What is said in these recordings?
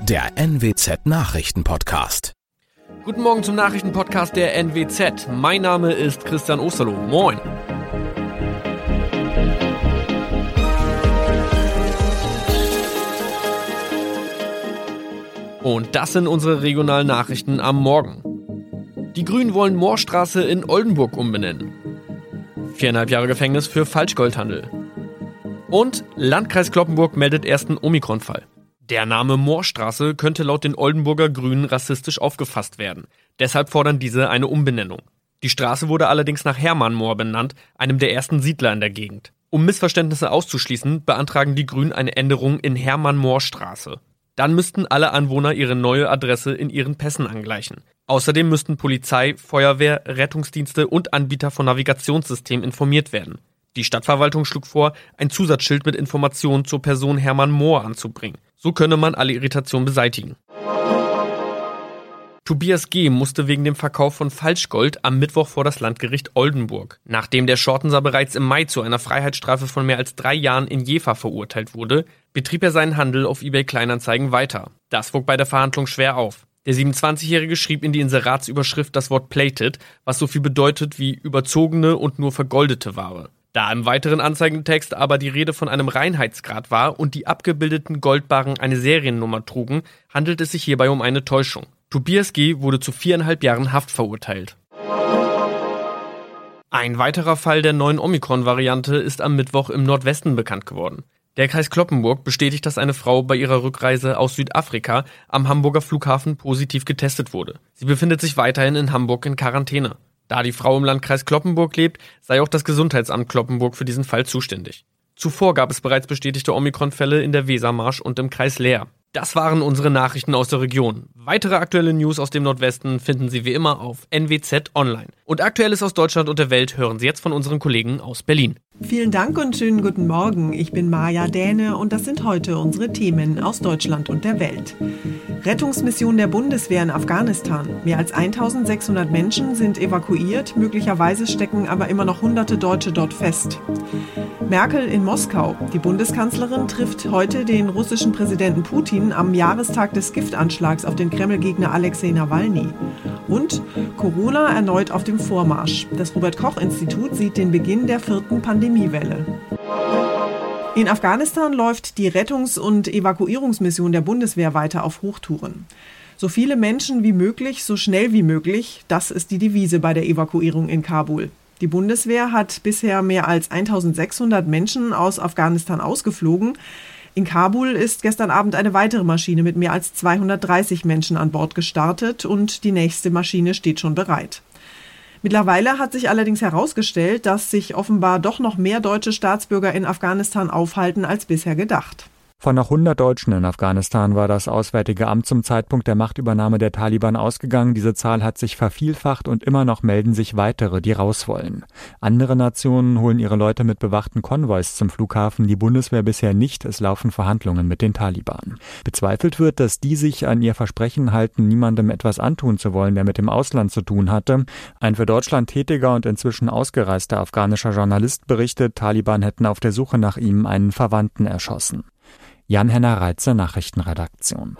der NWZ Nachrichtenpodcast. Guten Morgen zum Nachrichtenpodcast der NWZ. Mein Name ist Christian Osterloh. Moin. Und das sind unsere regionalen Nachrichten am Morgen. Die Grünen wollen Moorstraße in Oldenburg umbenennen. 4,5 Jahre Gefängnis für Falschgoldhandel. Und Landkreis Cloppenburg meldet ersten Omikron-Fall. Der Name Moorstraße könnte laut den Oldenburger Grünen rassistisch aufgefasst werden. Deshalb fordern diese eine Umbenennung. Die Straße wurde allerdings nach Hermann Mohr benannt, einem der ersten Siedler in der Gegend. Um Missverständnisse auszuschließen, beantragen die Grünen eine Änderung in Hermann-Mohr-Straße. Dann müssten alle Anwohner ihre neue Adresse in ihren Pässen angleichen. Außerdem müssten Polizei, Feuerwehr, Rettungsdienste und Anbieter von Navigationssystemen informiert werden. Die Stadtverwaltung schlug vor, ein Zusatzschild mit Informationen zur Person Hermann Mohr anzubringen. So könne man alle Irritationen beseitigen. Tobias G. musste wegen dem Verkauf von Falschgold am Mittwoch vor das Landgericht Oldenburg. Nachdem der Schortenser bereits im Mai zu einer Freiheitsstrafe von mehr als 3 Jahren in Jever verurteilt wurde, betrieb er seinen Handel auf eBay Kleinanzeigen weiter. Das wog bei der Verhandlung schwer auf. Der 27-Jährige schrieb in die Inseratsüberschrift das Wort plated, was so viel bedeutet wie überzogene und nur vergoldete Ware. Da im weiteren Anzeigentext aber die Rede von einem Reinheitsgrad war und die abgebildeten Goldbarren eine Seriennummer trugen, handelt es sich hierbei um eine Täuschung. Tobias G. wurde zu 4,5 Jahren Haft verurteilt. Ein weiterer Fall der neuen Omikron-Variante ist am Mittwoch im Nordwesten bekannt geworden. Der Kreis Cloppenburg bestätigt, dass eine Frau bei ihrer Rückreise aus Südafrika am Hamburger Flughafen positiv getestet wurde. Sie befindet sich weiterhin in Hamburg in Quarantäne. Da die Frau im Landkreis Cloppenburg lebt, sei auch das Gesundheitsamt Cloppenburg für diesen Fall zuständig. Zuvor gab es bereits bestätigte Omikron-Fälle in der Wesermarsch und im Kreis Leer. Das waren unsere Nachrichten aus der Region. Weitere aktuelle News aus dem Nordwesten finden Sie wie immer auf NWZ Online. Und Aktuelles aus Deutschland und der Welt hören Sie jetzt von unseren Kollegen aus Berlin. Vielen Dank und schönen guten Morgen. Ich bin Maja Däne und das sind heute unsere Themen aus Deutschland und der Welt. Rettungsmission der Bundeswehr in Afghanistan. Mehr als 1600 Menschen sind evakuiert, möglicherweise stecken aber immer noch Hunderte Deutsche dort fest. Merkel in Moskau. Die Bundeskanzlerin trifft heute den russischen Präsidenten Putin am Jahrestag des Giftanschlags auf den Kreml-Gegner Alexei Nawalny. Und Corona erneut auf dem Vormarsch. Das Robert-Koch-Institut sieht den Beginn der 4. Pandemiewelle. In Afghanistan läuft die Rettungs- und Evakuierungsmission der Bundeswehr weiter auf Hochtouren. So viele Menschen wie möglich, so schnell wie möglich, das ist die Devise bei der Evakuierung in Kabul. Die Bundeswehr hat bisher mehr als 1600 Menschen aus Afghanistan ausgeflogen. In Kabul ist gestern Abend eine weitere Maschine mit mehr als 230 Menschen an Bord gestartet und die nächste Maschine steht schon bereit. Mittlerweile hat sich allerdings herausgestellt, dass sich offenbar doch noch mehr deutsche Staatsbürger in Afghanistan aufhalten als bisher gedacht. Von noch 100 Deutschen in Afghanistan war das Auswärtige Amt zum Zeitpunkt der Machtübernahme der Taliban ausgegangen. Diese Zahl hat sich vervielfacht und immer noch melden sich weitere, die raus wollen. Andere Nationen holen ihre Leute mit bewachten Konvois zum Flughafen, die Bundeswehr bisher nicht. Es laufen Verhandlungen mit den Taliban. Bezweifelt wird, dass die sich an ihr Versprechen halten, niemandem etwas antun zu wollen, der mit dem Ausland zu tun hatte. Ein für Deutschland tätiger und inzwischen ausgereister afghanischer Journalist berichtet, Taliban hätten auf der Suche nach ihm einen Verwandten erschossen. Jan-Henner Reitze, Nachrichtenredaktion.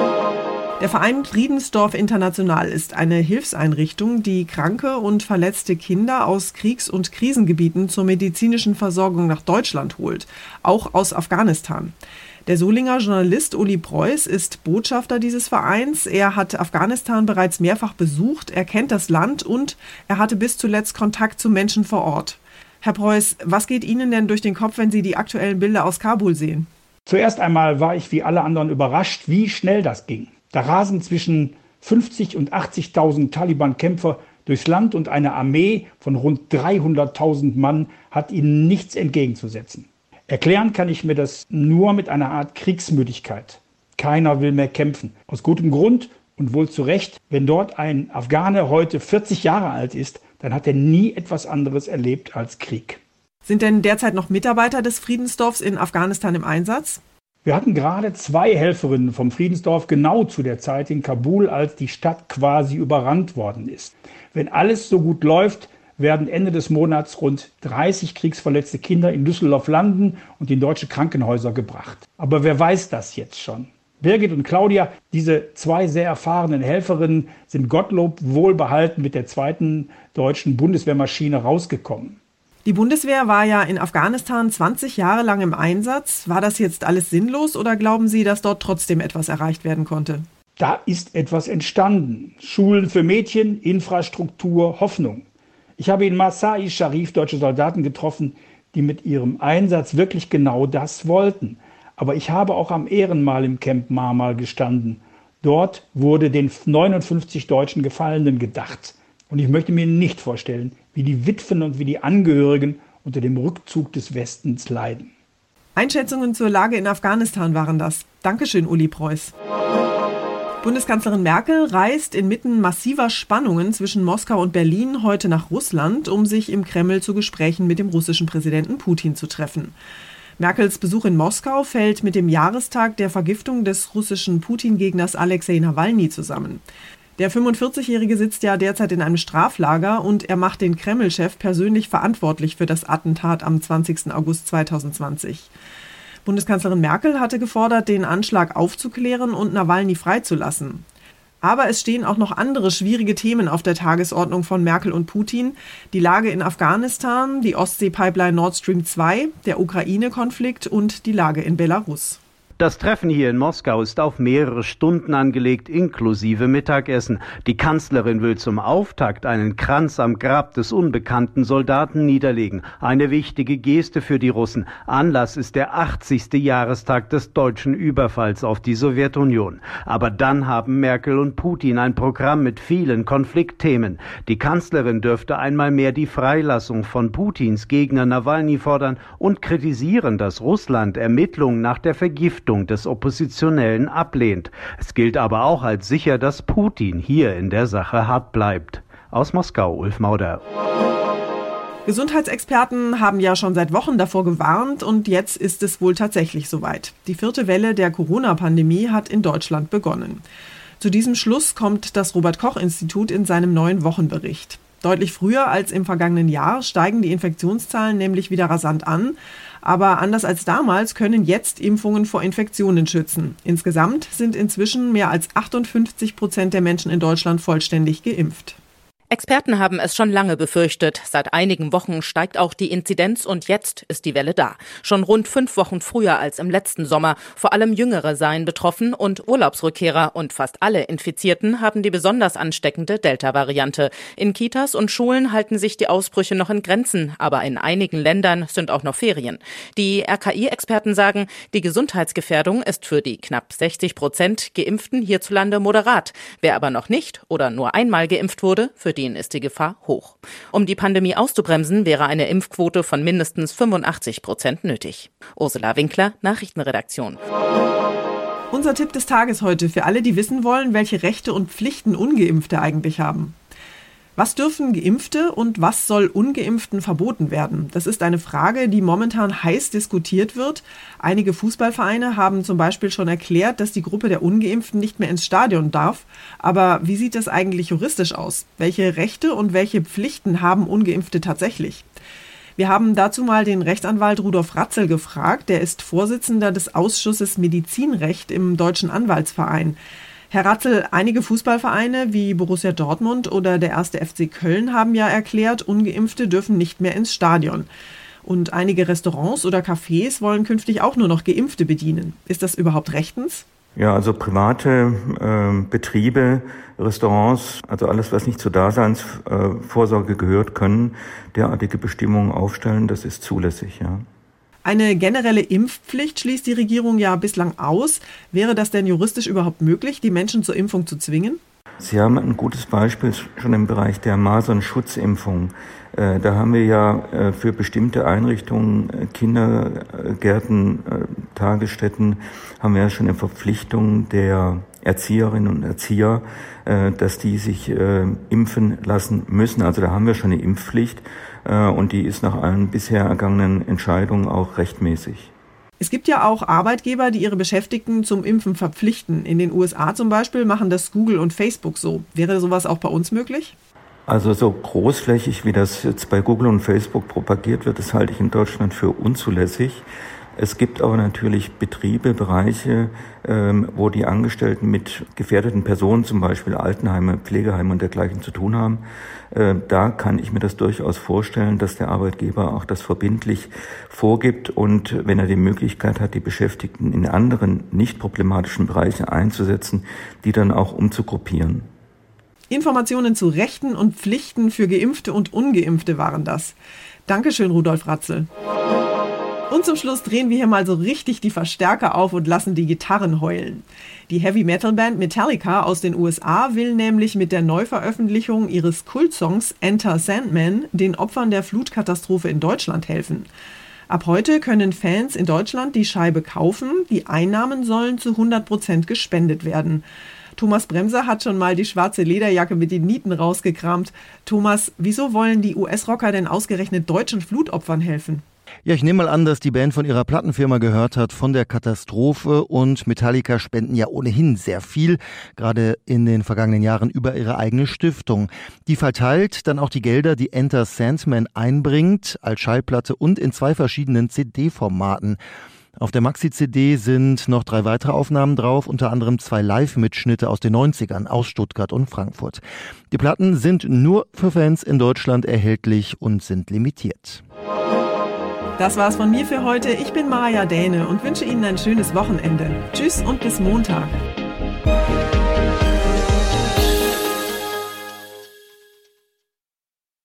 Der Verein Friedensdorf International ist eine Hilfseinrichtung, die kranke und verletzte Kinder aus Kriegs- und Krisengebieten zur medizinischen Versorgung nach Deutschland holt, auch aus Afghanistan. Der Solinger Journalist Uli Preuß ist Botschafter dieses Vereins. Er hat Afghanistan bereits mehrfach besucht, er kennt das Land und er hatte bis zuletzt Kontakt zu Menschen vor Ort. Herr Preuß, was geht Ihnen denn durch den Kopf, wenn Sie die aktuellen Bilder aus Kabul sehen? Zuerst einmal war ich wie alle anderen überrascht, wie schnell das ging. Da rasen zwischen 50.000 und 80.000 Taliban-Kämpfer durchs Land und eine Armee von rund 300.000 Mann hat ihnen nichts entgegenzusetzen. Erklären kann ich mir das nur mit einer Art Kriegsmüdigkeit. Keiner will mehr kämpfen. Aus gutem Grund und wohl zu Recht. Wenn dort ein Afghane heute 40 Jahre alt ist, dann hat er nie etwas anderes erlebt als Krieg. Sind denn derzeit noch Mitarbeiter des Friedensdorfs in Afghanistan im Einsatz? Wir hatten gerade 2 Helferinnen vom Friedensdorf genau zu der Zeit in Kabul, als die Stadt quasi überrannt worden ist. Wenn alles so gut läuft, werden Ende des Monats rund 30 kriegsverletzte Kinder in Düsseldorf landen und in deutsche Krankenhäuser gebracht. Aber wer weiß das jetzt schon? Birgit und Claudia, diese 2 sehr erfahrenen Helferinnen, sind Gottlob wohlbehalten mit der 2. deutschen Bundeswehrmaschine rausgekommen. Die Bundeswehr war ja in Afghanistan 20 Jahre lang im Einsatz. War das jetzt alles sinnlos oder glauben Sie, dass dort trotzdem etwas erreicht werden konnte? Da ist etwas entstanden. Schulen für Mädchen, Infrastruktur, Hoffnung. Ich habe in Masai Sharif deutsche Soldaten getroffen, die mit ihrem Einsatz wirklich genau das wollten. Aber ich habe auch am Ehrenmal im Camp Marmal gestanden. Dort wurde den 59 deutschen Gefallenen gedacht. Und ich möchte mir nicht vorstellen, wie die Witwen und wie die Angehörigen unter dem Rückzug des Westens leiden. Einschätzungen zur Lage in Afghanistan waren das. Dankeschön, Uli Preuß. Bundeskanzlerin Merkel reist inmitten massiver Spannungen zwischen Moskau und Berlin heute nach Russland, um sich im Kreml zu Gesprächen mit dem russischen Präsidenten Putin zu treffen. Merkels Besuch in Moskau fällt mit dem Jahrestag der Vergiftung des russischen Putin-Gegners Alexei Nawalny zusammen. Der 45-Jährige sitzt ja derzeit in einem Straflager und er macht den Kreml-Chef persönlich verantwortlich für das Attentat am 20. August 2020. Bundeskanzlerin Merkel hatte gefordert, den Anschlag aufzuklären und Nawalny freizulassen. Aber es stehen auch noch andere schwierige Themen auf der Tagesordnung von Merkel und Putin. Die Lage in Afghanistan, die Ostsee-Pipeline Nord Stream 2, der Ukraine-Konflikt und die Lage in Belarus. Das Treffen hier in Moskau ist auf mehrere Stunden angelegt, inklusive Mittagessen. Die Kanzlerin will zum Auftakt einen Kranz am Grab des unbekannten Soldaten niederlegen. Eine wichtige Geste für die Russen. Anlass ist der 80. Jahrestag des deutschen Überfalls auf die Sowjetunion. Aber dann haben Merkel und Putin ein Programm mit vielen Konfliktthemen. Die Kanzlerin dürfte einmal mehr die Freilassung von Putins Gegner Nawalny fordern und kritisieren, dass Russland Ermittlungen nach der Vergiftung des Oppositionellen ablehnt. Es gilt aber auch als sicher, dass Putin hier in der Sache hart bleibt. Aus Moskau, Ulf Mauder. Gesundheitsexperten haben ja schon seit Wochen davor gewarnt und jetzt ist es wohl tatsächlich soweit. Die 4. Welle der Corona-Pandemie hat in Deutschland begonnen. Zu diesem Schluss kommt das Robert-Koch-Institut in seinem neuen Wochenbericht. Deutlich früher als im vergangenen Jahr steigen die Infektionszahlen nämlich wieder rasant an. Aber anders als damals können jetzt Impfungen vor Infektionen schützen. Insgesamt sind inzwischen mehr als 58% der Menschen in Deutschland vollständig geimpft. Experten haben es schon lange befürchtet. Seit einigen Wochen steigt auch die Inzidenz und jetzt ist die Welle da. Schon rund 5 Wochen früher als im letzten Sommer. Vor allem Jüngere seien betroffen und Urlaubsrückkehrer und fast alle Infizierten haben die besonders ansteckende Delta-Variante. In Kitas und Schulen halten sich die Ausbrüche noch in Grenzen, aber in einigen Ländern sind auch noch Ferien. Die RKI-Experten sagen, die Gesundheitsgefährdung ist für die knapp 60% Geimpften hierzulande moderat. Wer aber noch nicht oder nur einmal geimpft wurde, für den ist die Gefahr hoch. Um die Pandemie auszubremsen, wäre eine Impfquote von mindestens 85% nötig. Ursula Winkler, Nachrichtenredaktion. Unser Tipp des Tages heute für alle, die wissen wollen, welche Rechte und Pflichten Ungeimpfte eigentlich haben. Was dürfen Geimpfte und was soll Ungeimpften verboten werden? Das ist eine Frage, die momentan heiß diskutiert wird. Einige Fußballvereine haben zum Beispiel schon erklärt, dass die Gruppe der Ungeimpften nicht mehr ins Stadion darf. Aber wie sieht das eigentlich juristisch aus? Welche Rechte und welche Pflichten haben Ungeimpfte tatsächlich? Wir haben dazu mal den Rechtsanwalt Rudolf Ratzel gefragt. Der ist Vorsitzender des Ausschusses Medizinrecht im Deutschen Anwaltsverein. Herr Ratzel, einige Fußballvereine wie Borussia Dortmund oder der 1. FC Köln haben ja erklärt, Ungeimpfte dürfen nicht mehr ins Stadion. Und einige Restaurants oder Cafés wollen künftig auch nur noch Geimpfte bedienen. Ist das überhaupt rechtens? Ja, also private Betriebe, Restaurants, also alles, was nicht zur Daseinsvorsorge gehört, können derartige Bestimmungen aufstellen. Das ist zulässig, ja. Eine generelle Impfpflicht schließt die Regierung ja bislang aus. Wäre das denn juristisch überhaupt möglich, die Menschen zur Impfung zu zwingen? Sie haben ein gutes Beispiel schon im Bereich der Masern-Schutzimpfung. Da haben wir ja für bestimmte Einrichtungen, Kindergärten, Tagesstätten, haben wir ja schon eine Verpflichtung der Erzieherinnen und Erzieher, dass die sich impfen lassen müssen. Also da haben wir schon eine Impfpflicht und die ist nach allen bisher ergangenen Entscheidungen auch rechtmäßig. Es gibt ja auch Arbeitgeber, die ihre Beschäftigten zum Impfen verpflichten. In den USA zum Beispiel machen das Google und Facebook so. Wäre sowas auch bei uns möglich? Also so großflächig, wie das jetzt bei Google und Facebook propagiert wird, das halte ich in Deutschland für unzulässig. Es gibt aber natürlich Betriebe, Bereiche, wo die Angestellten mit gefährdeten Personen, zum Beispiel Altenheime, Pflegeheime und dergleichen zu tun haben. Da kann ich mir das durchaus vorstellen, dass der Arbeitgeber auch das verbindlich vorgibt und wenn er die Möglichkeit hat, die Beschäftigten in anderen nicht problematischen Bereichen einzusetzen, die dann auch umzugruppieren. Informationen zu Rechten und Pflichten für Geimpfte und Ungeimpfte waren das. Dankeschön, Rudolf Ratzel. Und zum Schluss drehen wir hier mal so richtig die Verstärker auf und lassen die Gitarren heulen. Die Heavy-Metal-Band Metallica aus den USA will nämlich mit der Neuveröffentlichung ihres Kultsongs Enter Sandman den Opfern der Flutkatastrophe in Deutschland helfen. Ab heute können Fans in Deutschland die Scheibe kaufen, die Einnahmen sollen zu 100% gespendet werden. Thomas Bremser hat schon mal die schwarze Lederjacke mit den Nieten rausgekramt. Thomas, wieso wollen die US-Rocker denn ausgerechnet deutschen Flutopfern helfen? Ja, ich nehme mal an, dass die Band von ihrer Plattenfirma gehört hat von der Katastrophe und Metallica spenden ja ohnehin sehr viel, gerade in den vergangenen Jahren über ihre eigene Stiftung. Die verteilt dann auch die Gelder, die Enter Sandman einbringt, als Schallplatte und in 2 verschiedenen CD-Formaten. Auf der Maxi-CD sind noch 3 weitere Aufnahmen drauf, unter anderem 2 Live-Mitschnitte aus den 90ern aus Stuttgart und Frankfurt. Die Platten sind nur für Fans in Deutschland erhältlich und sind limitiert. Das war's von mir für heute. Ich bin Maja Däne und wünsche Ihnen ein schönes Wochenende. Tschüss und bis Montag.